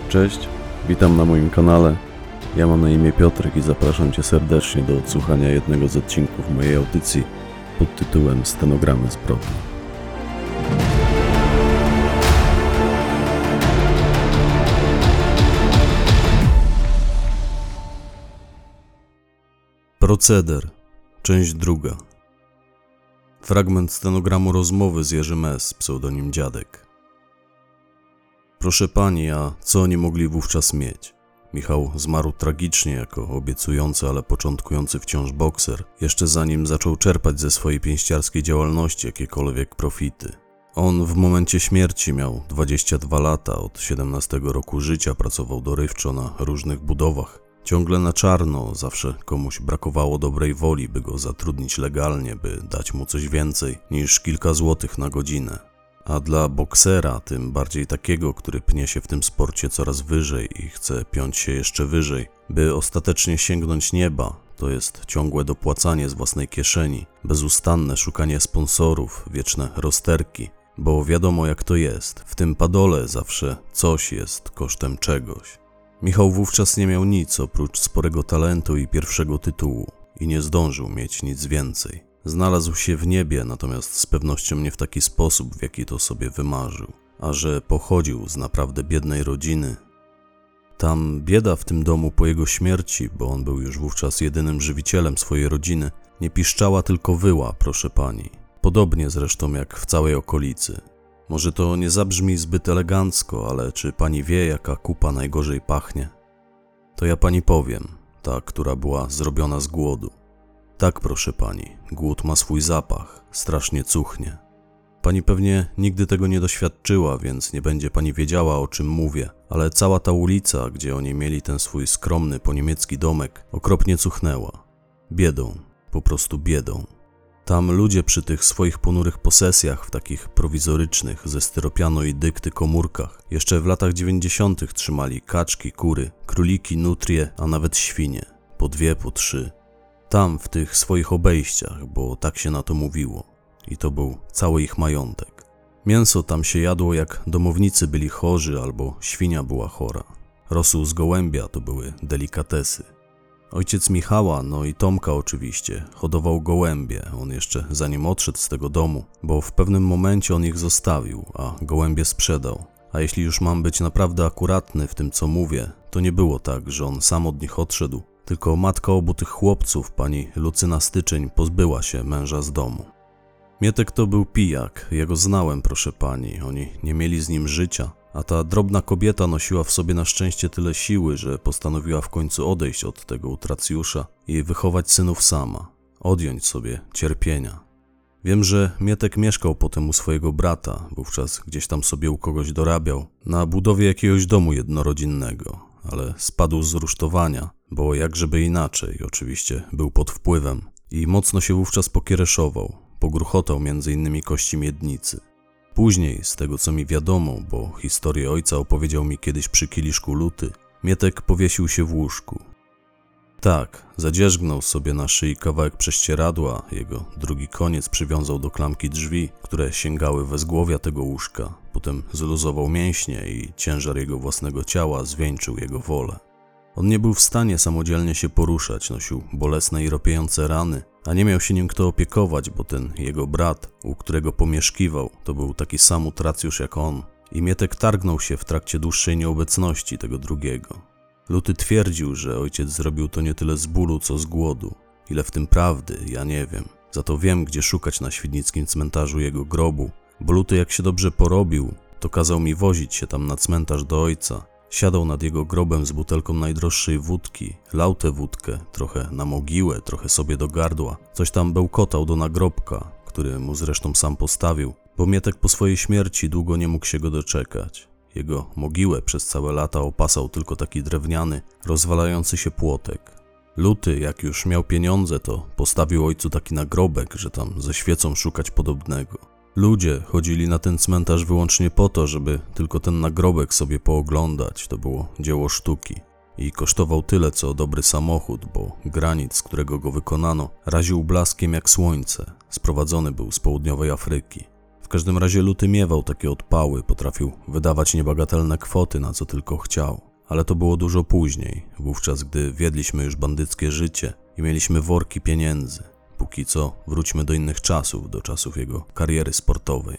Cześć, witam na moim kanale. Ja mam na imię Piotrek i zapraszam Cię serdecznie do odsłuchania jednego z odcinków mojej audycji pod tytułem Stenogramy zbrodni. Proceder, część druga. Fragment stenogramu rozmowy z Jerzym S., pseudonim Dziadek. Proszę pani, a co oni mogli wówczas mieć? Michał zmarł tragicznie jako obiecujący, ale początkujący wciąż bokser, jeszcze zanim zaczął czerpać ze swojej pięściarskiej działalności jakiekolwiek profity. On w momencie śmierci miał 22 lata, od 17 roku życia pracował dorywczo na różnych budowach. Ciągle na czarno, zawsze komuś brakowało dobrej woli, by go zatrudnić legalnie, by dać mu coś więcej niż kilka złotych na godzinę. A dla boksera, tym bardziej takiego, który pnie się w tym sporcie coraz wyżej i chce piąć się jeszcze wyżej, by ostatecznie sięgnąć nieba, to jest ciągłe dopłacanie z własnej kieszeni, bezustanne szukanie sponsorów, wieczne rozterki, bo wiadomo jak to jest, w tym padole zawsze coś jest kosztem czegoś. Michał wówczas nie miał nic oprócz sporego talentu i pierwszego tytułu i nie zdążył mieć nic więcej. Znalazł się w niebie, natomiast z pewnością nie w taki sposób, w jaki to sobie wymarzył, a że pochodził z naprawdę biednej rodziny. Tam bieda w tym domu po jego śmierci, bo on był już wówczas jedynym żywicielem swojej rodziny, nie piszczała, tylko wyła, proszę pani. Podobnie zresztą jak w całej okolicy. Może to nie zabrzmi zbyt elegancko, ale czy pani wie, jaka kupa najgorzej pachnie? To ja pani powiem, ta, która była zrobiona z głodu. Tak, proszę pani, głód ma swój zapach, strasznie cuchnie. Pani pewnie nigdy tego nie doświadczyła, więc nie będzie pani wiedziała, o czym mówię, ale cała ta ulica, gdzie oni mieli ten swój skromny poniemiecki domek, okropnie cuchnęła. Biedą, po prostu biedą. Tam ludzie przy tych swoich ponurych posesjach, w takich prowizorycznych, ze styropianu i dykty komórkach, jeszcze w latach 90. trzymali kaczki, kury, króliki, nutrie, a nawet świnie. Po 2, po 3. Tam, w tych swoich obejściach, bo tak się na to mówiło. I to był cały ich majątek. Mięso tam się jadło, jak domownicy byli chorzy albo świnia była chora. Rosół z gołębia to były delikatesy. Ojciec Michała, no i Tomka oczywiście, hodował gołębie, on jeszcze zanim odszedł z tego domu, bo w pewnym momencie on ich zostawił, a gołębie sprzedał. A jeśli już mam być naprawdę akuratny w tym, co mówię, to nie było tak, że on sam od nich odszedł, tylko matka obu tych chłopców, pani Lucyna Styczeń, pozbyła się męża z domu. Mietek to był pijak, ja go znałem, proszę pani, oni nie mieli z nim życia, a ta drobna kobieta nosiła w sobie na szczęście tyle siły, że postanowiła w końcu odejść od tego utracjusza i wychować synów sama, odjąć sobie cierpienia. Wiem, że Mietek mieszkał potem u swojego brata, wówczas gdzieś tam sobie u kogoś dorabiał, na budowie jakiegoś domu jednorodzinnego, ale spadł z rusztowania, bo jakżeby inaczej, oczywiście był pod wpływem i mocno się wówczas pokiereszował, pogruchotał między innymi kości miednicy. Później, z tego co mi wiadomo, bo historię ojca opowiedział mi kiedyś przy kieliszku Luty, Mietek powiesił się w łóżku. Tak, zadzierzgnął sobie na szyi kawałek prześcieradła, jego drugi koniec przywiązał do klamki drzwi, które sięgały wezgłowia tego łóżka, potem zluzował mięśnie i ciężar jego własnego ciała zwieńczył jego wolę. On nie był w stanie samodzielnie się poruszać, nosił bolesne i ropiejące rany, a nie miał się nim kto opiekować, bo ten jego brat, u którego pomieszkiwał, to był taki sam utracjusz jak on i Mietek targnął się w trakcie dłuższej nieobecności tego drugiego. Luty twierdził, że ojciec zrobił to nie tyle z bólu, co z głodu. Ile w tym prawdy, ja nie wiem. Za to wiem, gdzie szukać na świdnickim cmentarzu jego grobu, bo Luty jak się dobrze porobił, to kazał mi wozić się tam na cmentarz do ojca. Siadał nad jego grobem z butelką najdroższej wódki, lał tę wódkę, trochę na mogiłę, trochę sobie do gardła. Coś tam bełkotał do nagrobka, który mu zresztą sam postawił, bo Mietek po swojej śmierci długo nie mógł się go doczekać. Jego mogiłę przez całe lata opasał tylko taki drewniany, rozwalający się płotek. Luty, jak już miał pieniądze, to postawił ojcu taki nagrobek, że tam ze świecą szukać podobnego. Ludzie chodzili na ten cmentarz wyłącznie po to, żeby tylko ten nagrobek sobie pooglądać. To było dzieło sztuki i kosztował tyle, co dobry samochód, bo granit, z którego go wykonano, raził blaskiem jak słońce. Sprowadzony był z południowej Afryki. W W każdym razie Luty miewał takie odpały, potrafił wydawać niebagatelne kwoty na co tylko chciał. Ale to było dużo później, wówczas gdy wiedliśmy już bandyckie życie i mieliśmy worki pieniędzy. Póki co wróćmy do innych czasów, do czasów jego kariery sportowej.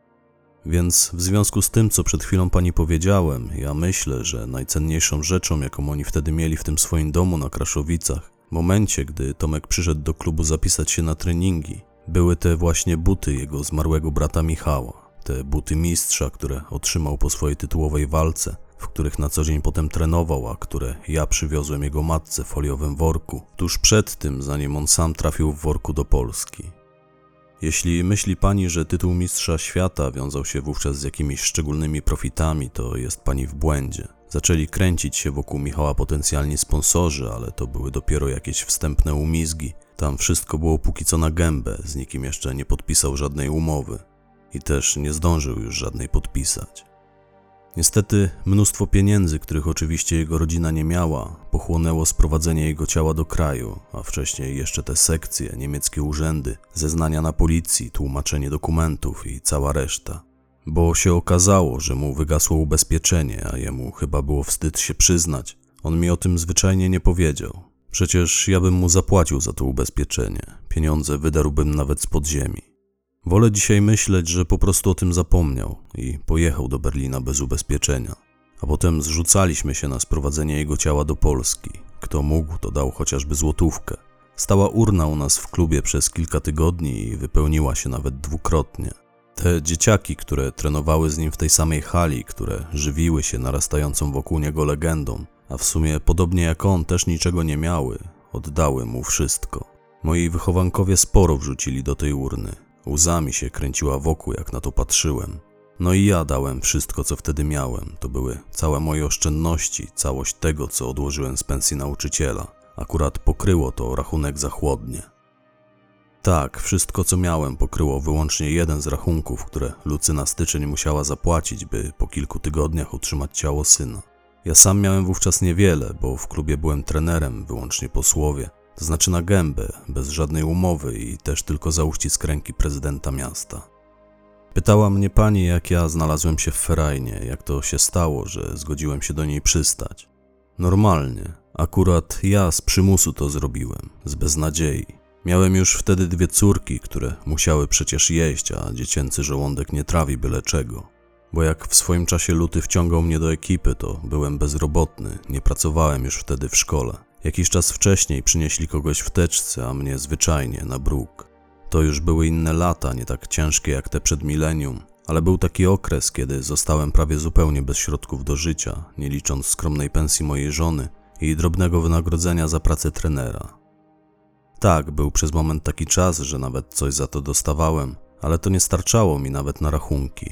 Więc w związku z tym, co przed chwilą pani powiedziałem, ja myślę, że najcenniejszą rzeczą, jaką oni wtedy mieli w tym swoim domu na Kraszowicach, w momencie, gdy Tomek przyszedł do klubu zapisać się na treningi, były te właśnie buty jego zmarłego brata Michała. Te buty mistrza, które otrzymał po swojej tytułowej walce, w których na co dzień potem trenował, a które ja przywiozłem jego matce w foliowym worku, tuż przed tym, zanim on sam trafił w worku do Polski. Jeśli myśli pani, że tytuł mistrza świata wiązał się wówczas z jakimiś szczególnymi profitami, to jest pani w błędzie. Zaczęli kręcić się wokół Michała potencjalni sponsorzy, ale to były dopiero jakieś wstępne umizgi. Tam wszystko było póki co na gębę, z nikim jeszcze nie podpisał żadnej umowy i też nie zdążył już żadnej podpisać. Niestety mnóstwo pieniędzy, których oczywiście jego rodzina nie miała, pochłonęło sprowadzenie jego ciała do kraju, a wcześniej jeszcze te sekcje, niemieckie urzędy, zeznania na policji, tłumaczenie dokumentów i cała reszta. Bo się okazało, że mu wygasło ubezpieczenie, a jemu chyba było wstyd się przyznać. On mi o tym zwyczajnie nie powiedział. Przecież ja bym mu zapłacił za to ubezpieczenie. Pieniądze wydarłbym nawet z podziemi. Wolę dzisiaj myśleć, że po prostu o tym zapomniał i pojechał do Berlina bez ubezpieczenia. A potem zrzucaliśmy się na sprowadzenie jego ciała do Polski. Kto mógł, to dał chociażby złotówkę. Stała urna u nas w klubie przez kilka tygodni i wypełniła się nawet dwukrotnie. Te dzieciaki, które trenowały z nim w tej samej hali, które żywiły się narastającą wokół niego legendą, a w sumie podobnie jak on też niczego nie miały, oddały mu wszystko. Moi wychowankowie sporo wrzucili do tej urny. Łzami się kręciła wokół, jak na to patrzyłem. No i ja dałem wszystko, co wtedy miałem. To były całe moje oszczędności, całość tego, co odłożyłem z pensji nauczyciela. Akurat pokryło to rachunek za chłodnie. Tak, wszystko co miałem pokryło wyłącznie jeden z rachunków, które Lucy na styczeń musiała zapłacić, by po kilku tygodniach utrzymać ciało syna. Ja sam miałem wówczas niewiele, bo w klubie byłem trenerem, wyłącznie po słowie. To znaczy na gębę, bez żadnej umowy i też tylko za uścisk ręki prezydenta miasta. Pytała mnie pani, jak ja znalazłem się w ferajnie, jak to się stało, że zgodziłem się do niej przystać. Normalnie, akurat ja z przymusu to zrobiłem, z beznadziei. Miałem już wtedy 2 córki, które musiały przecież jeść, a dziecięcy żołądek nie trawi byle czego. Bo jak w swoim czasie Luty wciągał mnie do ekipy, to byłem bezrobotny, nie pracowałem już wtedy w szkole. Jakiś czas wcześniej przynieśli kogoś w teczce, a mnie zwyczajnie na bruk. To już były inne lata, nie tak ciężkie jak te przed milenium, ale był taki okres, kiedy zostałem prawie zupełnie bez środków do życia, nie licząc skromnej pensji mojej żony i drobnego wynagrodzenia za pracę trenera. Tak, był przez moment taki czas, że nawet coś za to dostawałem, ale to nie starczało mi nawet na rachunki.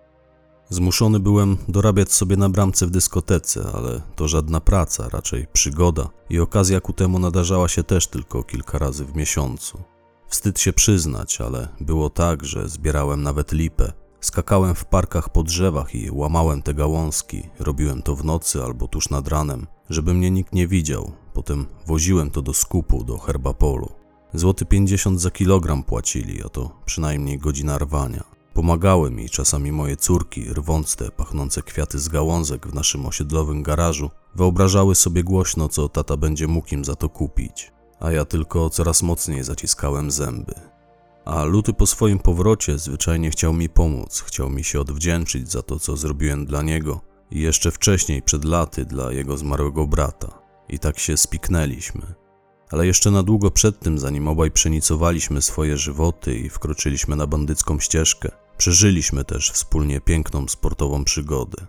Zmuszony byłem dorabiać sobie na bramce w dyskotece, ale to żadna praca, raczej przygoda i okazja ku temu nadarzała się też tylko kilka razy w miesiącu. Wstyd się przyznać, ale było tak, że zbierałem nawet lipę, skakałem w parkach po drzewach i łamałem te gałązki, robiłem to w nocy albo tuż nad ranem, żeby mnie nikt nie widział, potem woziłem to do skupu, do Herbapolu. Złoty 50 za kilogram płacili, a to przynajmniej godzina rwania. Pomagały mi czasami moje córki, rwąc te pachnące kwiaty z gałązek w naszym osiedlowym garażu, wyobrażały sobie głośno, co tata będzie mógł im za to kupić, a ja tylko coraz mocniej zaciskałem zęby. A Luty po swoim powrocie zwyczajnie chciał mi pomóc, chciał mi się odwdzięczyć za to, co zrobiłem dla niego i jeszcze wcześniej, przed laty, dla jego zmarłego brata. I tak się spiknęliśmy. Ale jeszcze na długo przed tym, zanim obaj przenicowaliśmy swoje żywoty i wkroczyliśmy na bandycką ścieżkę, przeżyliśmy też wspólnie piękną sportową przygodę.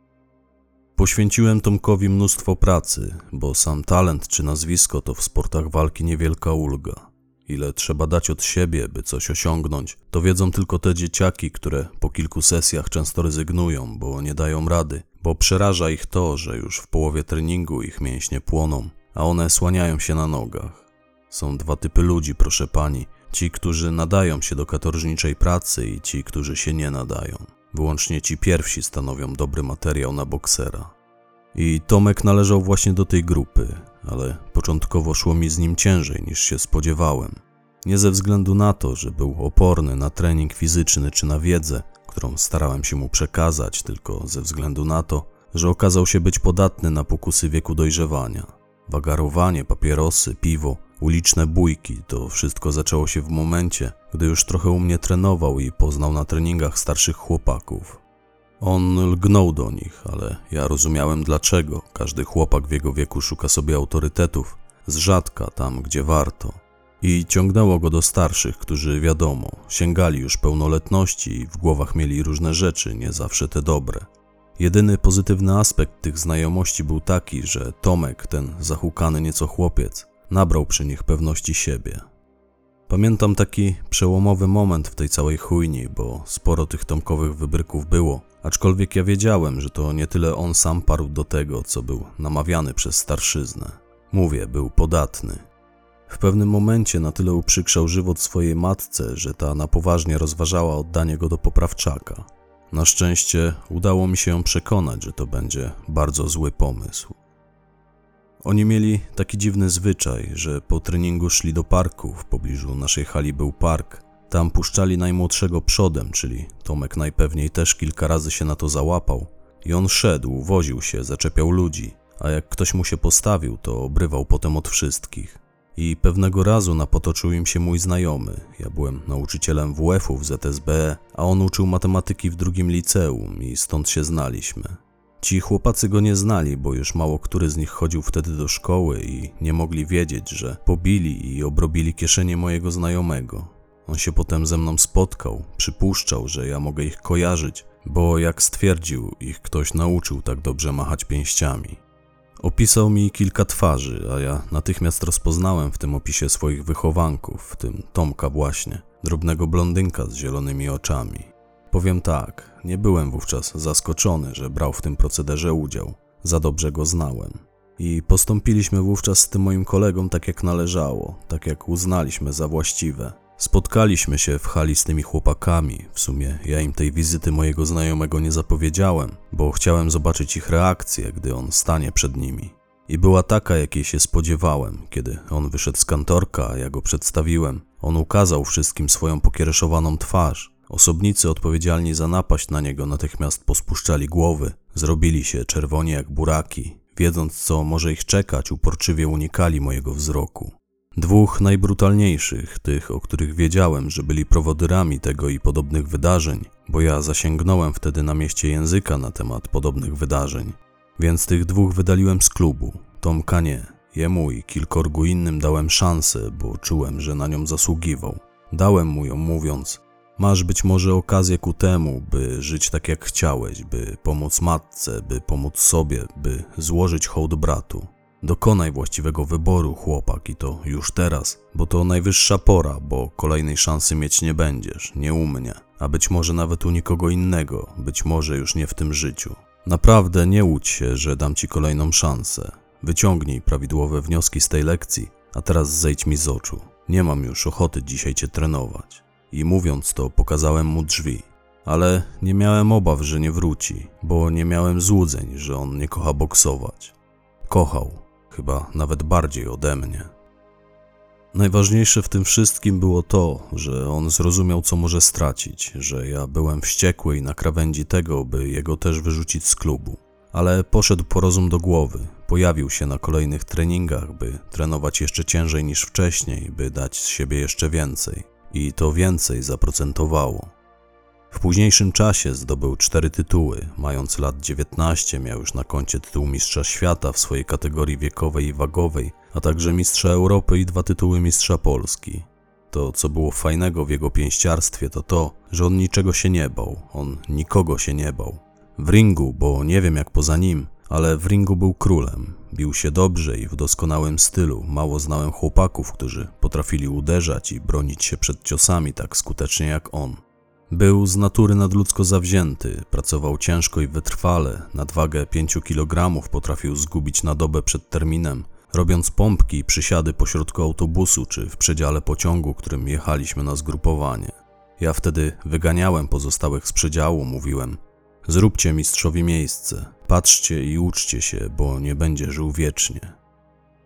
Poświęciłem Tomkowi mnóstwo pracy, bo sam talent czy nazwisko to w sportach walki niewielka ulga. Ile trzeba dać od siebie, by coś osiągnąć, to wiedzą tylko te dzieciaki, które po kilku sesjach często rezygnują, bo nie dają rady, bo przeraża ich to, że już w połowie treningu ich mięśnie płoną, a one słaniają się na nogach. Są 2 typy ludzi, proszę pani. Ci, którzy nadają się do katorżniczej pracy i ci, którzy się nie nadają. Wyłącznie ci pierwsi stanowią dobry materiał na boksera. I Tomek należał właśnie do tej grupy, ale początkowo szło mi z nim ciężej niż się spodziewałem. Nie ze względu na to, że był oporny na trening fizyczny czy na wiedzę, którą starałem się mu przekazać, tylko ze względu na to, że okazał się być podatny na pokusy wieku dojrzewania. Wagarowanie, papierosy, piwo, uliczne bójki, to wszystko zaczęło się w momencie, gdy już trochę u mnie trenował i poznał na treningach starszych chłopaków. On lgnął do nich, ale ja rozumiałem dlaczego. Każdy chłopak w jego wieku szuka sobie autorytetów, z rzadka tam, gdzie warto. I ciągnęło go do starszych, którzy wiadomo, sięgali już pełnoletności i w głowach mieli różne rzeczy, nie zawsze te dobre. Jedyny pozytywny aspekt tych znajomości był taki, że Tomek, ten zahukany nieco chłopiec, nabrał przy nich pewności siebie. Pamiętam taki przełomowy moment w tej całej chujni, bo sporo tych Tomkowych wybryków było, aczkolwiek ja wiedziałem, że to nie tyle on sam parł do tego, co był namawiany przez starszyznę. Mówię, był podatny. W pewnym momencie na tyle uprzykrzał żywot swojej matce, że ta na poważnie rozważała oddanie go do poprawczaka. Na szczęście udało mi się ją przekonać, że to będzie bardzo zły pomysł. Oni mieli taki dziwny zwyczaj, że po treningu szli do parku, w pobliżu naszej hali był park. Tam puszczali najmłodszego przodem, czyli Tomek najpewniej też kilka razy się na to załapał. I on szedł, woził się, zaczepiał ludzi, a jak ktoś mu się postawił, to obrywał potem od wszystkich. I pewnego razu napotoczył im się mój znajomy. Ja byłem nauczycielem WF-u w ZSB, a on uczył matematyki w drugim liceum i stąd się znaliśmy. Ci chłopacy go nie znali, bo już mało który z nich chodził wtedy do szkoły i nie mogli wiedzieć, że pobili i obrobili kieszenie mojego znajomego. On się potem ze mną spotkał, przypuszczał, że ja mogę ich kojarzyć, bo jak stwierdził, ich ktoś nauczył tak dobrze machać pięściami. Opisał mi kilka twarzy, a ja natychmiast rozpoznałem w tym opisie swoich wychowanków, w tym Tomka właśnie, drobnego blondynka z zielonymi oczami. Powiem tak, nie byłem wówczas zaskoczony, że brał w tym procederze udział. Za dobrze go znałem. I postąpiliśmy wówczas z tym moim kolegą tak jak należało, tak jak uznaliśmy za właściwe. Spotkaliśmy się w hali z tymi chłopakami, w sumie ja im tej wizyty mojego znajomego nie zapowiedziałem, bo chciałem zobaczyć ich reakcję, gdy on stanie przed nimi. I była taka, jakiej się spodziewałem, kiedy on wyszedł z kantorka, a ja go przedstawiłem. On ukazał wszystkim swoją pokiereszowaną twarz. Osobnicy odpowiedzialni za napaść na niego natychmiast pospuszczali głowy, zrobili się czerwoni jak buraki. Wiedząc, co może ich czekać, uporczywie unikali mojego wzroku. Dwóch najbrutalniejszych, tych, o których wiedziałem, że byli prowodyrami tego i podobnych wydarzeń, bo ja zasięgnąłem wtedy na mieście języka na temat podobnych wydarzeń. Więc tych dwóch wydaliłem z klubu. Tomka nie. Jemu i kilkorgu innym dałem szansę, bo czułem, że na nią zasługiwał. Dałem mu ją mówiąc: masz być może okazję ku temu, by żyć tak jak chciałeś, by pomóc matce, by pomóc sobie, by złożyć hołd bratu. Dokonaj właściwego wyboru, chłopak, i to już teraz, bo to najwyższa pora, bo kolejnej szansy mieć nie będziesz, nie u mnie, a być może nawet u nikogo innego, być może już nie w tym życiu. Naprawdę nie łudź się, że dam ci kolejną szansę. Wyciągnij prawidłowe wnioski z tej lekcji, a teraz zejdź mi z oczu. Nie mam już ochoty dzisiaj cię trenować. I mówiąc to, pokazałem mu drzwi. Ale nie miałem obaw, że nie wróci, bo nie miałem złudzeń, że on nie kocha boksować. Kochał, chyba nawet bardziej ode mnie. Najważniejsze w tym wszystkim było to, że on zrozumiał, co może stracić, że ja byłem wściekły i na krawędzi tego, by jego też wyrzucić z klubu. Ale poszedł po rozum do głowy, pojawił się na kolejnych treningach, by trenować jeszcze ciężej niż wcześniej, by dać z siebie jeszcze więcej. I to więcej zaprocentowało. W późniejszym czasie zdobył 4 tytuły, mając lat 19 miał już na koncie tytuł mistrza świata w swojej kategorii wiekowej i wagowej, a także mistrza Europy i 2 tytuły mistrza Polski. To, co było fajnego w jego pięściarstwie, to to, że on niczego się nie bał, on nikogo się nie bał. W ringu, bo nie wiem jak poza nim, ale w ringu był królem. Bił się dobrze i w doskonałym stylu. Mało znałem chłopaków, którzy potrafili uderzać i bronić się przed ciosami tak skutecznie jak on. Był z natury nadludzko zawzięty, pracował ciężko i wytrwale, nadwagę 5 kg potrafił zgubić na dobę przed terminem, robiąc pompki i przysiady pośrodku autobusu czy w przedziale pociągu, którym jechaliśmy na zgrupowanie. Ja wtedy wyganiałem pozostałych z przedziału, mówiłem: zróbcie mistrzowi miejsce, patrzcie i uczcie się, bo nie będzie żył wiecznie.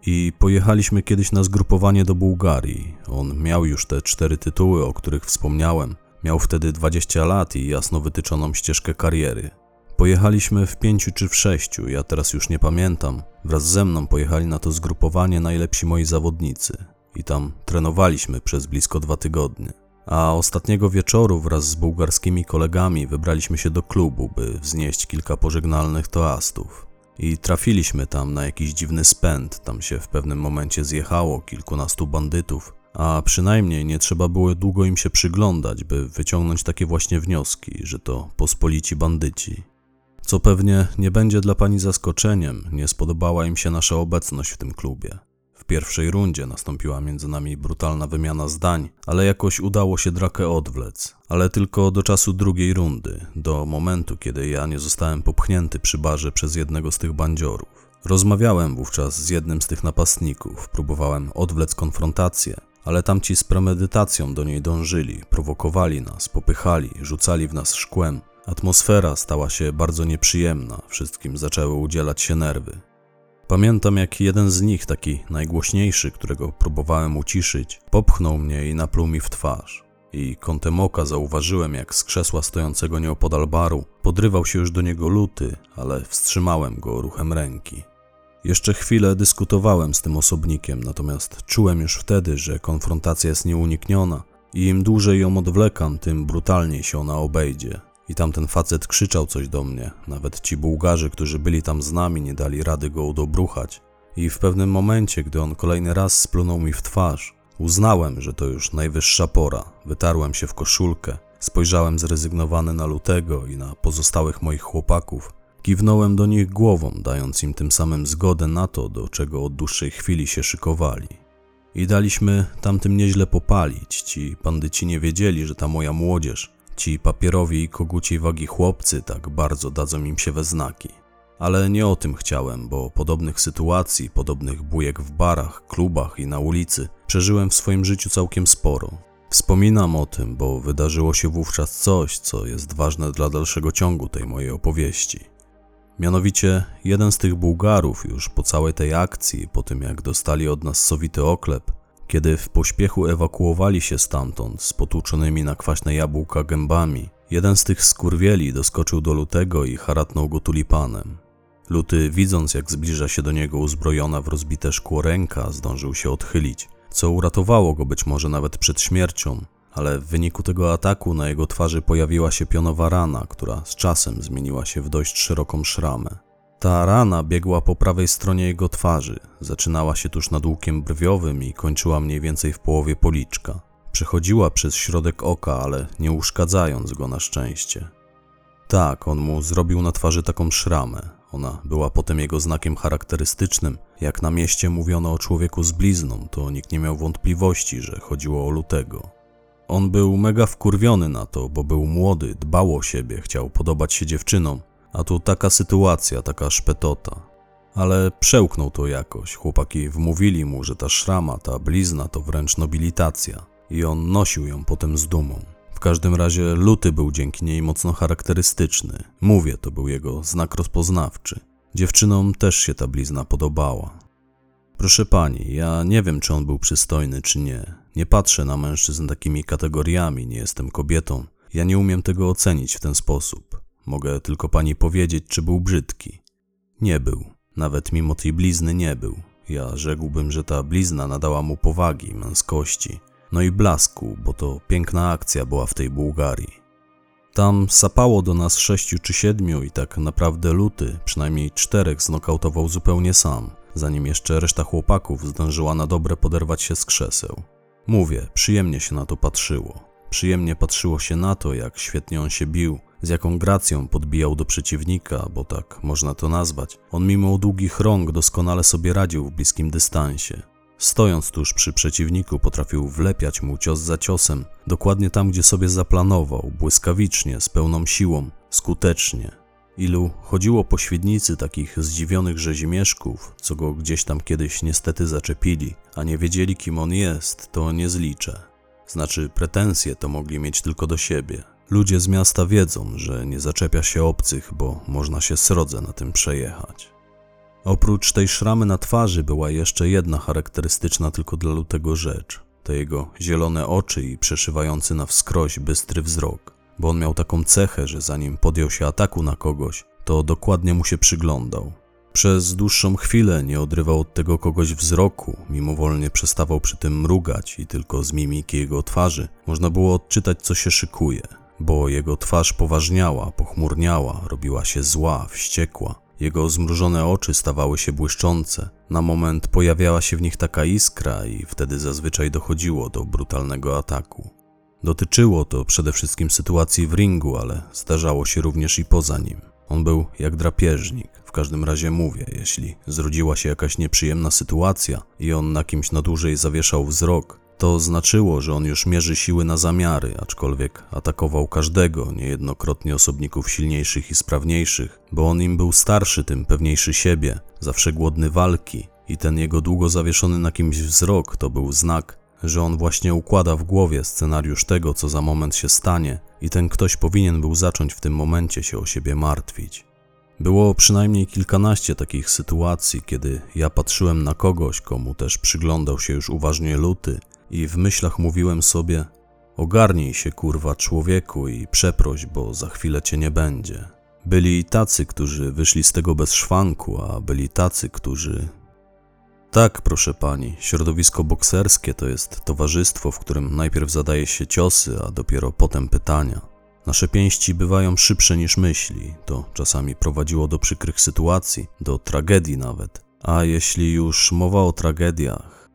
I pojechaliśmy kiedyś na zgrupowanie do Bułgarii. On miał już te 4 tytuły, o których wspomniałem. Miał wtedy 20 lat i jasno wytyczoną ścieżkę kariery. Pojechaliśmy w 5 czy w 6, ja teraz już nie pamiętam. Wraz ze mną pojechali na to zgrupowanie najlepsi moi zawodnicy. I tam trenowaliśmy przez blisko 2 tygodnie. A ostatniego wieczoru wraz z bułgarskimi kolegami wybraliśmy się do klubu, by wznieść kilka pożegnalnych toastów. I trafiliśmy tam na jakiś dziwny spęd, tam się w pewnym momencie zjechało kilkunastu bandytów, a przynajmniej nie trzeba było długo im się przyglądać, by wyciągnąć takie właśnie wnioski, że to pospolici bandyci. Co pewnie nie będzie dla pani zaskoczeniem, nie spodobała im się nasza obecność w tym klubie. W pierwszej rundzie nastąpiła między nami brutalna wymiana zdań, ale jakoś udało się drakę odwlec. Ale tylko do czasu drugiej rundy, do momentu, kiedy ja nie zostałem popchnięty przy barze przez jednego z tych bandziorów. Rozmawiałem wówczas z jednym z tych napastników, próbowałem odwlec konfrontację, ale tamci z premedytacją do niej dążyli, prowokowali nas, popychali, rzucali w nas szkłem. Atmosfera stała się bardzo nieprzyjemna, wszystkim zaczęły udzielać się nerwy. Pamiętam, jak jeden z nich, taki najgłośniejszy, którego próbowałem uciszyć, popchnął mnie i napluł mi w twarz. I kątem oka zauważyłem, jak z krzesła stojącego nieopodal baru podrywał się już do niego Luty, ale wstrzymałem go ruchem ręki. Jeszcze chwilę dyskutowałem z tym osobnikiem, natomiast czułem już wtedy, że konfrontacja jest nieunikniona i im dłużej ją odwlekam, tym brutalniej się ona obejdzie. I tamten facet krzyczał coś do mnie, nawet ci Bułgarzy, którzy byli tam z nami, nie dali rady go udobruchać. I w pewnym momencie, gdy on kolejny raz splunął mi w twarz, uznałem, że to już najwyższa pora. Wytarłem się w koszulkę, spojrzałem zrezygnowany na Lutego i na pozostałych moich chłopaków. Kiwnąłem do nich głową, dając im tym samym zgodę na to, do czego od dłuższej chwili się szykowali. I daliśmy tamtym nieźle popalić. Ci bandyci nie wiedzieli, że ta moja młodzież, ci papierowi i koguciej wagi chłopcy tak bardzo dadzą im się we znaki. Ale nie o tym chciałem, bo podobnych sytuacji, podobnych bujek w barach, klubach i na ulicy przeżyłem w swoim życiu całkiem sporo. Wspominam o tym, bo wydarzyło się wówczas coś, co jest ważne dla dalszego ciągu tej mojej opowieści. Mianowicie jeden z tych Bułgarów już po całej tej akcji, po tym jak dostali od nas sowity oklep, kiedy w pośpiechu ewakuowali się stamtąd z potłuczonymi na kwaśne jabłka gębami, jeden z tych skurwieli doskoczył do Lutego i haratnął go tulipanem. Luty, widząc jak zbliża się do niego uzbrojona w rozbite szkło ręka, zdążył się odchylić, co uratowało go być może nawet przed śmiercią, ale w wyniku tego ataku na jego twarzy pojawiła się pionowa rana, która z czasem zmieniła się w dość szeroką szramę. Ta rana biegła po prawej stronie jego twarzy, zaczynała się tuż nad łukiem brwiowym i kończyła mniej więcej w połowie policzka. Przechodziła przez środek oka, ale nie uszkadzając go na szczęście. Tak, on mu zrobił na twarzy taką szramę. Ona była potem jego znakiem charakterystycznym. Jak na mieście mówiono o człowieku z blizną, to nikt nie miał wątpliwości, że chodziło o Lutego. On był mega wkurwiony na to, bo był młody, dbał o siebie, chciał podobać się dziewczynom. A tu taka sytuacja, taka szpetota. Ale przełknął to jakoś. Chłopaki wmówili mu, że ta szrama, ta blizna to wręcz nobilitacja. I on nosił ją potem z dumą. W każdym razie Luty był dzięki niej mocno charakterystyczny. Mówię, to był jego znak rozpoznawczy. Dziewczynom też się ta blizna podobała. Proszę pani, ja nie wiem, czy on był przystojny, czy nie. Nie patrzę na mężczyzn takimi kategoriami, nie jestem kobietą. Ja nie umiem tego ocenić w ten sposób. Mogę tylko pani powiedzieć, czy był brzydki. Nie był. Nawet mimo tej blizny nie był. Ja rzekłbym, że ta blizna nadała mu powagi, męskości. No i blasku, bo to piękna akcja była w tej Bułgarii. Tam sapało do nas 6 czy 7 i tak naprawdę Luty, przynajmniej 4 znokautował zupełnie sam, zanim jeszcze reszta chłopaków zdążyła na dobre poderwać się z krzeseł. Mówię, przyjemnie się na to patrzyło. Przyjemnie patrzyło się na to, jak świetnie on się bił, z jaką gracją podbijał do przeciwnika, bo tak można to nazwać. On mimo długich rąk doskonale sobie radził w bliskim dystansie. Stojąc tuż przy przeciwniku potrafił wlepiać mu cios za ciosem, dokładnie tam, gdzie sobie zaplanował, błyskawicznie, z pełną siłą, skutecznie. Ilu chodziło po Świdnicy takich zdziwionych rzezimieszków, co go gdzieś tam kiedyś niestety zaczepili, a nie wiedzieli, kim on jest, to nie zliczę. Znaczy pretensje to mogli mieć tylko do siebie. Ludzie z miasta wiedzą, że nie zaczepia się obcych, bo można się srodze na tym przejechać. Oprócz tej szramy na twarzy była jeszcze jedna charakterystyczna tylko dla Lutego rzecz. Te jego zielone oczy i przeszywający na wskroś bystry wzrok. Bo on miał taką cechę, że zanim podjął się ataku na kogoś, to dokładnie mu się przyglądał. Przez dłuższą chwilę nie odrywał od tego kogoś wzroku, mimowolnie przestawał przy tym mrugać i tylko z mimiki jego twarzy można było odczytać, co się szykuje, bo jego twarz poważniała, pochmurniała, robiła się zła, wściekła. Jego zmrużone oczy stawały się błyszczące. Na moment pojawiała się w nich taka iskra i wtedy zazwyczaj dochodziło do brutalnego ataku. Dotyczyło to przede wszystkim sytuacji w ringu, ale zdarzało się również i poza nim. On był jak drapieżnik. W każdym razie mówię, jeśli zrodziła się jakaś nieprzyjemna sytuacja i on na kimś na dłużej zawieszał wzrok, to znaczyło, że on już mierzy siły na zamiary, aczkolwiek atakował każdego, niejednokrotnie osobników silniejszych i sprawniejszych, bo on im był starszy, tym pewniejszy siebie, zawsze głodny walki i ten jego długo zawieszony na kimś wzrok to był znak, że on właśnie układa w głowie scenariusz tego, co za moment się stanie i ten ktoś powinien był zacząć w tym momencie się o siebie martwić. Było przynajmniej kilkanaście takich sytuacji, kiedy ja patrzyłem na kogoś, komu też przyglądał się już uważnie Luty i w myślach mówiłem sobie: ogarnij się kurwa człowieku i przeproś, bo za chwilę cię nie będzie. Byli i tacy, którzy wyszli z tego bez szwanku, a byli tacy, którzy... Tak, proszę pani, środowisko bokserskie to jest towarzystwo, w którym najpierw zadaje się ciosy, a dopiero potem pytania. Nasze pięści bywają szybsze niż myśli, to czasami prowadziło do przykrych sytuacji, do tragedii nawet. A jeśli już mowa o tragediach...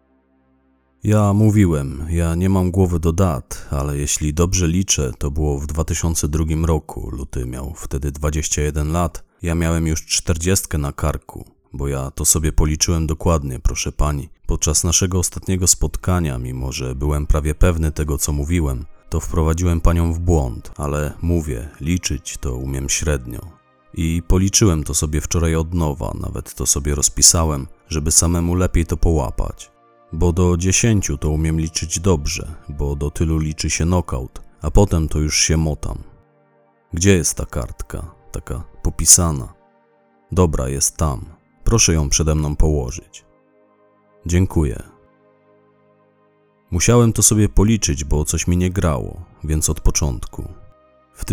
Ja mówiłem, ja nie mam głowy do dat, ale jeśli dobrze liczę, to było w 2002 roku. Luty miał wtedy 21 lat, ja miałem już 40 na karku. Bo ja to sobie policzyłem dokładnie, proszę pani. Podczas naszego ostatniego spotkania, mimo że byłem prawie pewny tego, co mówiłem, to wprowadziłem panią w błąd, ale mówię, liczyć to umiem średnio. I policzyłem to sobie wczoraj od nowa, nawet to sobie rozpisałem, żeby samemu lepiej to połapać. Bo do 10 to umiem liczyć dobrze, bo do tylu liczy się knockout, a potem to już się motam. Gdzie jest ta kartka? Taka popisana. Dobra, jest tam. Proszę ją przede mną położyć. Dziękuję. Musiałem to sobie policzyć, bo coś mi nie grało, więc od początku. W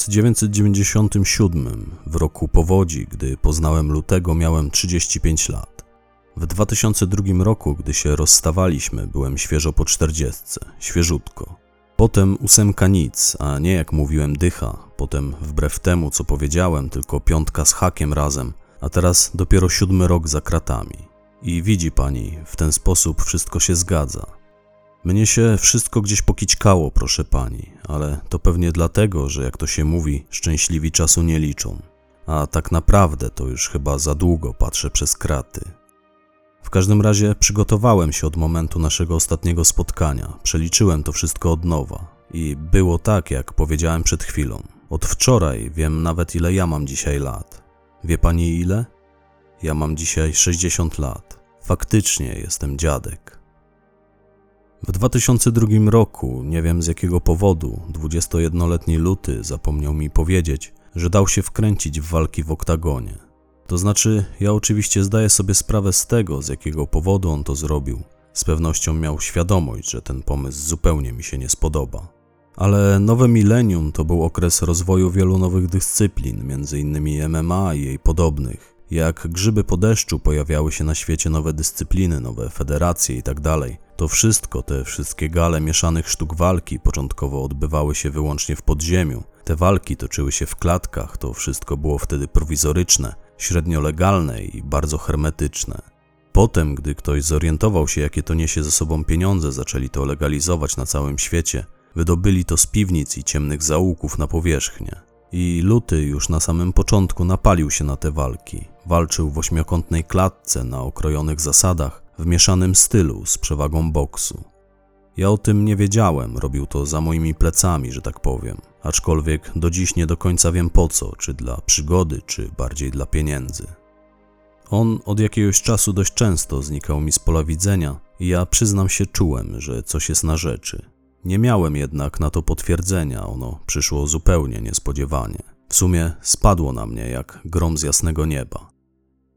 1997, w roku powodzi, gdy poznałem Lutego, miałem 35 lat. W 2002 roku, gdy się rozstawaliśmy, byłem świeżo po 40, świeżutko. Potem 8 nic, a nie jak mówiłem dycha, potem wbrew temu, co powiedziałem, tylko 5 z hakiem razem, a teraz dopiero 7 rok za kratami. I widzi pani, w ten sposób wszystko się zgadza. Mnie się wszystko gdzieś pokićkało, proszę pani, ale to pewnie dlatego, że jak to się mówi, szczęśliwi czasu nie liczą. A tak naprawdę to już chyba za długo patrzę przez kraty. W każdym razie przygotowałem się od momentu naszego ostatniego spotkania, przeliczyłem to wszystko od nowa i było tak, jak powiedziałem przed chwilą. Od wczoraj wiem nawet, ile ja mam dzisiaj lat. Wie pani ile? Ja mam dzisiaj 60 lat. Faktycznie jestem dziadek. W 2002 roku, nie wiem z jakiego powodu, 21-letni Luty zapomniał mi powiedzieć, że dał się wkręcić w walki w oktagonie. To znaczy, ja oczywiście zdaję sobie sprawę z tego, z jakiego powodu on to zrobił. Z pewnością miał świadomość, że ten pomysł zupełnie mi się nie spodoba. Ale nowe milenium to był okres rozwoju wielu nowych dyscyplin, m.in. MMA i jej podobnych. Jak grzyby po deszczu pojawiały się na świecie nowe dyscypliny, nowe federacje itd. To wszystko, te wszystkie gale mieszanych sztuk walki początkowo odbywały się wyłącznie w podziemiu. Te walki toczyły się w klatkach, to wszystko było wtedy prowizoryczne, średnio legalne i bardzo hermetyczne. Potem, gdy ktoś zorientował się, jakie to niesie ze sobą pieniądze, zaczęli to legalizować na całym świecie. Wydobyli to z piwnic i ciemnych zaułków na powierzchnię. I Luty już na samym początku napalił się na te walki. Walczył w 8-kątnej klatce na okrojonych zasadach, w mieszanym stylu z przewagą boksu. Ja o tym nie wiedziałem, robił to za moimi plecami, że tak powiem. Aczkolwiek do dziś nie do końca wiem po co, czy dla przygody, czy bardziej dla pieniędzy. On od jakiegoś czasu dość często znikał mi z pola widzenia i ja przyznam się czułem, że coś jest na rzeczy. Nie miałem jednak na to potwierdzenia, ono przyszło zupełnie niespodziewanie. W sumie spadło na mnie jak grom z jasnego nieba.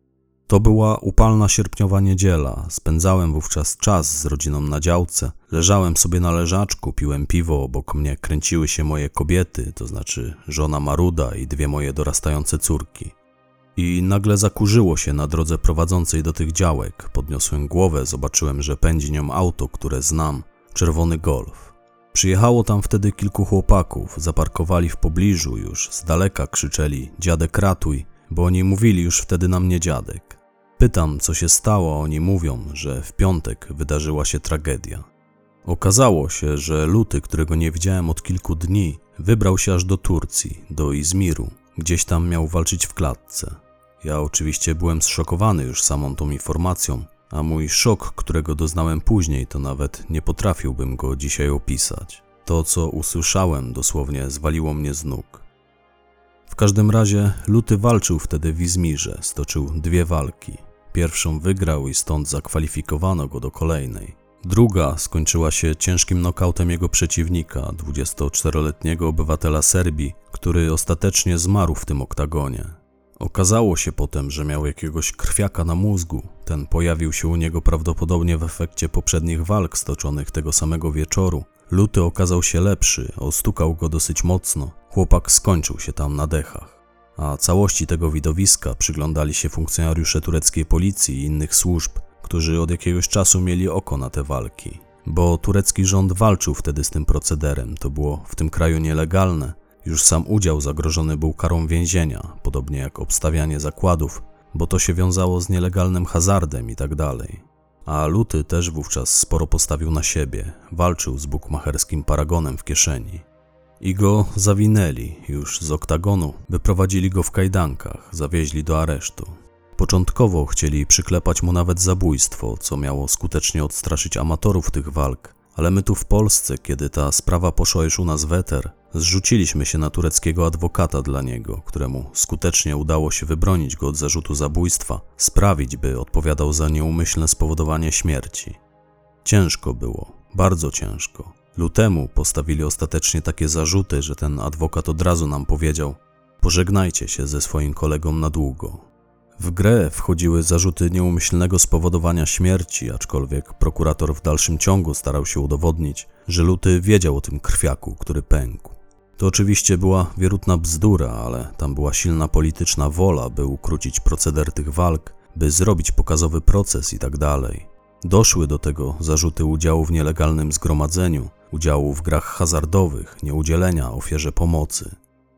To była upalna sierpniowa niedziela. Spędzałem wówczas czas z rodziną na działce. Leżałem sobie na leżaczku, piłem piwo, obok mnie kręciły się moje kobiety, to znaczy żona Maruda i 2 moje dorastające córki. I nagle zakurzyło się na drodze prowadzącej do tych działek. Podniosłem głowę, zobaczyłem, że pędzi nią auto, które znam, czerwony Golf. Przyjechało tam wtedy kilku chłopaków, zaparkowali w pobliżu, już z daleka krzyczeli: dziadek ratuj, bo oni mówili już wtedy na mnie dziadek. Pytam, co się stało, a oni mówią, że w piątek wydarzyła się tragedia. Okazało się, że Luty, którego nie widziałem od kilku dni, wybrał się aż do Turcji, do Izmiru. Gdzieś tam miał walczyć w klatce. Ja oczywiście byłem zszokowany już samą tą informacją, a mój szok, którego doznałem później, to nawet nie potrafiłbym go dzisiaj opisać. To, co usłyszałem, dosłownie zwaliło mnie z nóg. W każdym razie Luty walczył wtedy w Izmirze, stoczył 2 walki. Pierwszą wygrał i stąd zakwalifikowano go do kolejnej. Druga skończyła się ciężkim nokautem jego przeciwnika, 24-letniego obywatela Serbii, który ostatecznie zmarł w tym oktagonie. Okazało się potem, że miał jakiegoś krwiaka na mózgu. Ten pojawił się u niego prawdopodobnie w efekcie poprzednich walk stoczonych tego samego wieczoru. Luty okazał się lepszy, ostukał go dosyć mocno. Chłopak skończył się tam na dechach. A całości tego widowiska przyglądali się funkcjonariusze tureckiej policji i innych służb, którzy od jakiegoś czasu mieli oko na te walki. Bo turecki rząd walczył wtedy z tym procederem, to było w tym kraju nielegalne. Już sam udział zagrożony był karą więzienia, podobnie jak obstawianie zakładów, bo to się wiązało z nielegalnym hazardem i tak dalej. A Luty też wówczas sporo postawił na siebie, walczył z bukmacherskim paragonem w kieszeni. I go zawinęli już z oktagonu, wyprowadzili go w kajdankach, zawieźli do aresztu. Początkowo chcieli przyklepać mu nawet zabójstwo, co miało skutecznie odstraszyć amatorów tych walk, ale my tu w Polsce, kiedy ta sprawa poszła już u nas w eter, zrzuciliśmy się na tureckiego adwokata dla niego, któremu skutecznie udało się wybronić go od zarzutu zabójstwa, sprawić, by odpowiadał za nieumyślne spowodowanie śmierci. Ciężko było, bardzo ciężko. Lutemu postawili ostatecznie takie zarzuty, że ten adwokat od razu nam powiedział: pożegnajcie się ze swoim kolegą na długo. W grę wchodziły zarzuty nieumyślnego spowodowania śmierci, aczkolwiek prokurator w dalszym ciągu starał się udowodnić, że Luty wiedział o tym krwiaku, który pękł. To oczywiście była wierutna bzdura, ale tam była silna polityczna wola, by ukrócić proceder tych walk, by zrobić pokazowy proces i tak dalej. Doszły do tego zarzuty udziału w nielegalnym zgromadzeniu, udziału w grach hazardowych, nieudzielenia ofierze pomocy.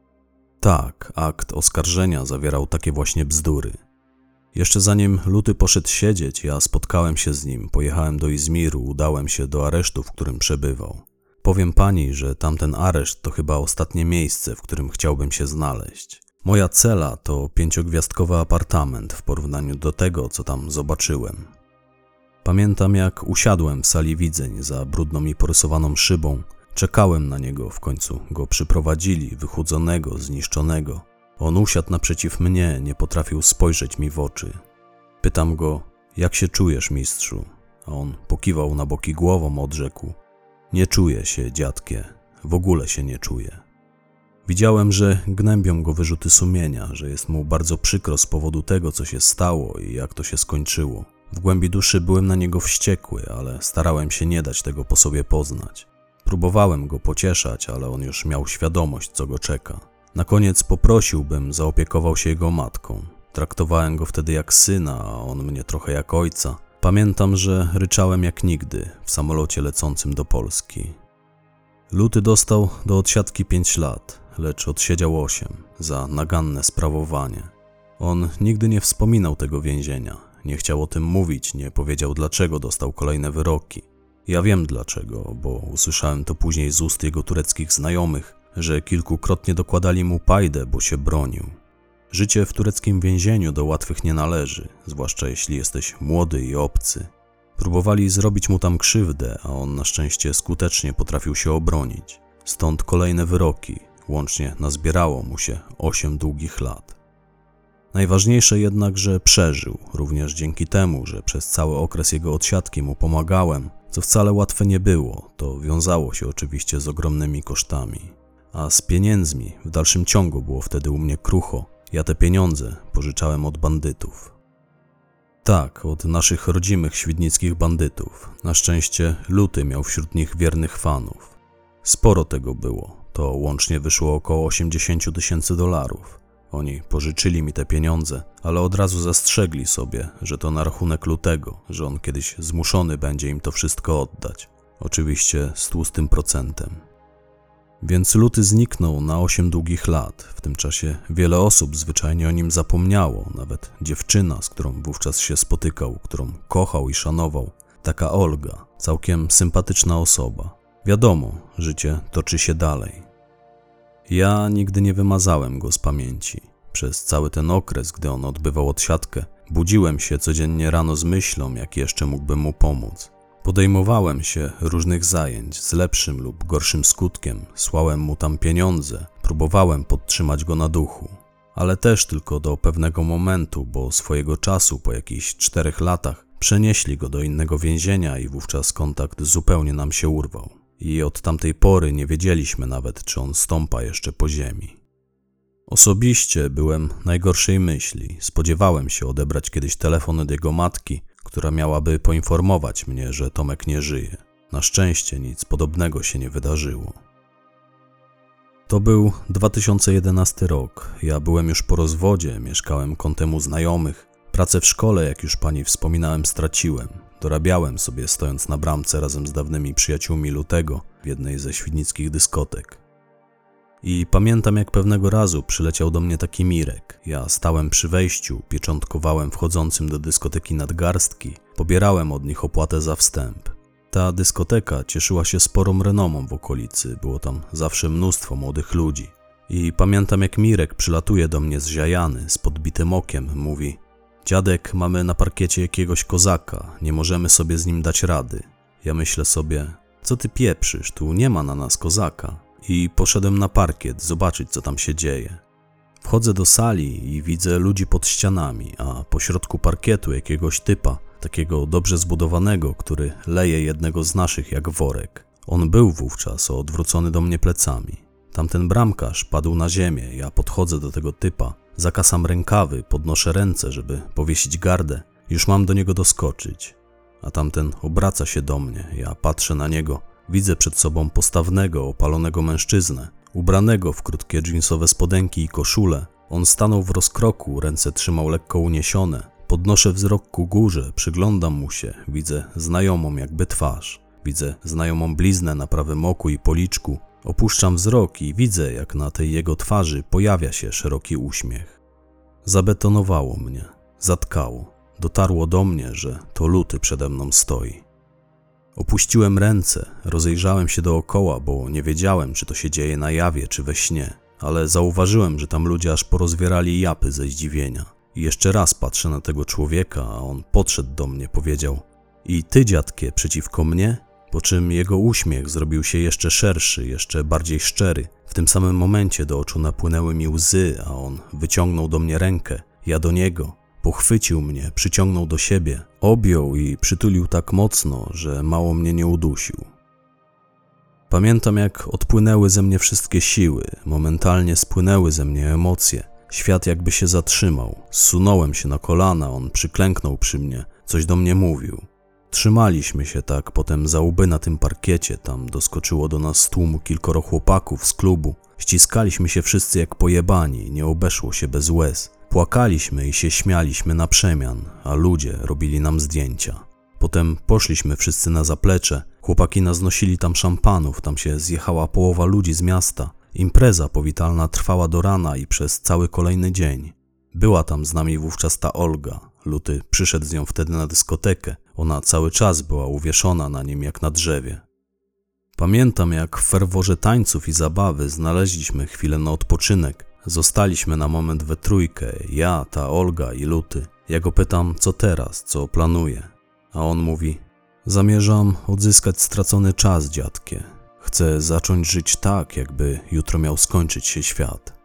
Tak, akt oskarżenia zawierał takie właśnie bzdury. Jeszcze zanim Luty poszedł siedzieć, ja spotkałem się z nim, pojechałem do Izmiru, udałem się do aresztu, w którym przebywał. Powiem pani, że tamten areszt to chyba ostatnie miejsce, w którym chciałbym się znaleźć. Moja cela to 5-gwiazdkowy apartament w porównaniu do tego, co tam zobaczyłem. Pamiętam, jak usiadłem w sali widzeń za brudną i porysowaną szybą. Czekałem na niego, w końcu go przyprowadzili, wychudzonego, zniszczonego. On usiadł naprzeciw mnie, nie potrafił spojrzeć mi w oczy. Pytam go: jak się czujesz, mistrzu? A on pokiwał na boki głową, odrzekł: nie czuję się, dziadkie, w ogóle się nie czuję. Widziałem, że gnębią go wyrzuty sumienia, że jest mu bardzo przykro z powodu tego, co się stało i jak to się skończyło. W głębi duszy byłem na niego wściekły, ale starałem się nie dać tego po sobie poznać. Próbowałem go pocieszać, ale on już miał świadomość, co go czeka. Na koniec poprosił, bym zaopiekował się jego matką. Traktowałem go wtedy jak syna, a on mnie trochę jak ojca. Pamiętam, że ryczałem jak nigdy w samolocie lecącym do Polski. Luty dostał do odsiadki 5 lat, lecz odsiedział 8 za naganne sprawowanie. On nigdy nie wspominał tego więzienia, nie chciał o tym mówić, nie powiedział, dlaczego dostał kolejne wyroki. Ja wiem dlaczego, bo usłyszałem to później z ust jego tureckich znajomych, że kilkukrotnie dokładali mu pajdę, bo się bronił. Życie w tureckim więzieniu do łatwych nie należy, zwłaszcza jeśli jesteś młody i obcy. Próbowali zrobić mu tam krzywdę, a on na szczęście skutecznie potrafił się obronić. Stąd kolejne wyroki, łącznie nazbierało mu się 8 długich lat. Najważniejsze jednak, że przeżył, również dzięki temu, że przez cały okres jego odsiadki mu pomagałem, co wcale łatwe nie było, to wiązało się oczywiście z ogromnymi kosztami. A z pieniędzmi w dalszym ciągu było wtedy u mnie krucho. Ja te pieniądze pożyczałem od bandytów. Tak, od naszych rodzimych świdnickich bandytów. Na szczęście Luty miał wśród nich wiernych fanów. Sporo tego było, to łącznie wyszło około $80,000. Oni pożyczyli mi te pieniądze, ale od razu zastrzegli sobie, że to na rachunek Lutego, że on kiedyś zmuszony będzie im to wszystko oddać. Oczywiście z tłustym procentem. Więc Luty zniknął na 8 długich lat. W tym czasie wiele osób zwyczajnie o nim zapomniało. Nawet dziewczyna, z którą wówczas się spotykał, którą kochał i szanował. Taka Olga, całkiem sympatyczna osoba. Wiadomo, życie toczy się dalej. Ja nigdy nie wymazałem go z pamięci. Przez cały ten okres, gdy on odbywał odsiadkę, budziłem się codziennie rano z myślą, jak jeszcze mógłbym mu pomóc. Podejmowałem się różnych zajęć z lepszym lub gorszym skutkiem, słałem mu tam pieniądze, próbowałem podtrzymać go na duchu. Ale też tylko do pewnego momentu, bo swojego czasu, po jakichś 4 latach, przenieśli go do innego więzienia i wówczas kontakt zupełnie nam się urwał. I od tamtej pory nie wiedzieliśmy nawet, czy on stąpa jeszcze po ziemi. Osobiście byłem najgorszej myśli. Spodziewałem się odebrać kiedyś telefon od jego matki, która miałaby poinformować mnie, że Tomek nie żyje. Na szczęście nic podobnego się nie wydarzyło. To był 2011 rok. Ja byłem już po rozwodzie, mieszkałem kątem u znajomych. Pracę w szkole, jak już pani wspominałem, straciłem. Dorabiałem sobie stojąc na bramce razem z dawnymi przyjaciółmi Lutego w jednej ze świdnickich dyskotek. I pamiętam, jak pewnego razu przyleciał do mnie taki Mirek. Ja stałem przy wejściu, pieczątkowałem wchodzącym do dyskoteki nadgarstki, pobierałem od nich opłatę za wstęp. Ta dyskoteka cieszyła się sporą renomą w okolicy, było tam zawsze mnóstwo młodych ludzi. I pamiętam, jak Mirek przylatuje do mnie zziajany, z podbitym okiem, mówi: dziadek, mamy na parkiecie jakiegoś kozaka, nie możemy sobie z nim dać rady. Ja myślę sobie, co ty pieprzysz, tu nie ma na nas kozaka. I poszedłem na parkiet zobaczyć, co tam się dzieje. Wchodzę do sali i widzę ludzi pod ścianami, a pośrodku parkietu jakiegoś typa, takiego dobrze zbudowanego, który leje jednego z naszych jak worek. On był wówczas odwrócony do mnie plecami. Tamten bramkarz padł na ziemię, ja podchodzę do tego typa, zakasam rękawy, podnoszę ręce, żeby powiesić gardę. Już mam do niego doskoczyć. A tamten obraca się do mnie, ja patrzę na niego. Widzę przed sobą postawnego, opalonego mężczyznę, ubranego w krótkie dżinsowe spodenki i koszulę. On stanął w rozkroku, ręce trzymał lekko uniesione. Podnoszę wzrok ku górze, przyglądam mu się, widzę znajomą jakby twarz. Widzę znajomą bliznę na prawym oku i policzku. Opuszczam wzrok i widzę, jak na tej jego twarzy pojawia się szeroki uśmiech. Zabetonowało mnie, zatkało. Dotarło do mnie, że to Luty przede mną stoi. Opuściłem ręce, rozejrzałem się dookoła, bo nie wiedziałem, czy to się dzieje na jawie, czy we śnie, ale zauważyłem, że tam ludzie aż porozwierali japy ze zdziwienia. I jeszcze raz patrzę na tego człowieka, a on podszedł do mnie, powiedział: i ty, dziadkie, przeciwko mnie? Po czym jego uśmiech zrobił się jeszcze szerszy, jeszcze bardziej szczery. W tym samym momencie do oczu napłynęły mi łzy, a on wyciągnął do mnie rękę, ja do niego. Pochwycił mnie, przyciągnął do siebie, objął i przytulił tak mocno, że mało mnie nie udusił. Pamiętam, jak odpłynęły ze mnie wszystkie siły, momentalnie spłynęły ze mnie emocje. Świat jakby się zatrzymał. Zsunąłem się na kolana, on przyklęknął przy mnie, coś do mnie mówił. Trzymaliśmy się tak, potem za łby na tym parkiecie, tam doskoczyło do nas z tłumu kilkoro chłopaków z klubu. Ściskaliśmy się wszyscy jak pojebani, nie obeszło się bez łez. Płakaliśmy i się śmialiśmy na przemian, a ludzie robili nam zdjęcia. Potem poszliśmy wszyscy na zaplecze, chłopaki nas nosili tam szampanów, tam się zjechała połowa ludzi z miasta. Impreza powitalna trwała do rana i przez cały kolejny dzień. Była tam z nami wówczas ta Olga. Luty przyszedł z nią wtedy na dyskotekę, ona cały czas była uwieszona na nim jak na drzewie. Pamiętam, jak w ferworze tańców i zabawy znaleźliśmy chwilę na odpoczynek. Zostaliśmy na moment we trójkę, ja, ta Olga i Luty. Ja go pytam, co teraz, co planuje. A on mówi: zamierzam odzyskać stracony czas, dziadkie. Chcę zacząć żyć tak, jakby jutro miał skończyć się świat.